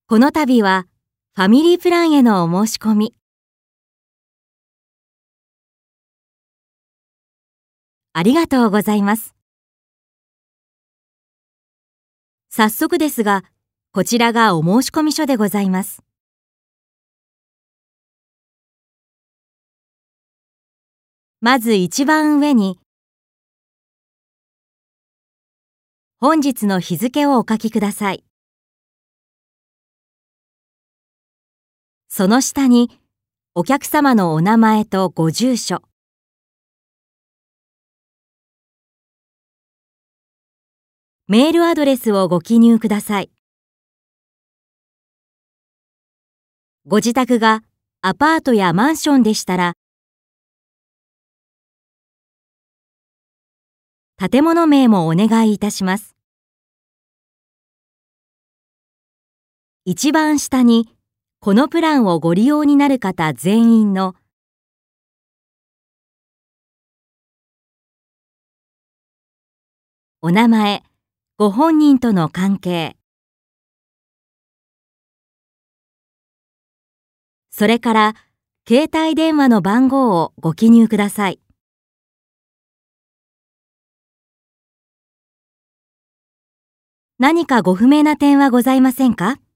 この度はファミリープランへのお申し込みありがとうございます。早速ですが、こちらがお申し込み書でございます。まず一番上に、本日の日付をお書きください。その下に、お客様のお名前とご住所、メールアドレスをご記入ください。ご自宅がアパートやマンションでしたら、建物名もお願いいたします。一番下に、このプランをご利用になる方全員のお名前、ご本人との関係、それから携帯電話の番号をご記入ください。何かご不明な点はございませんか？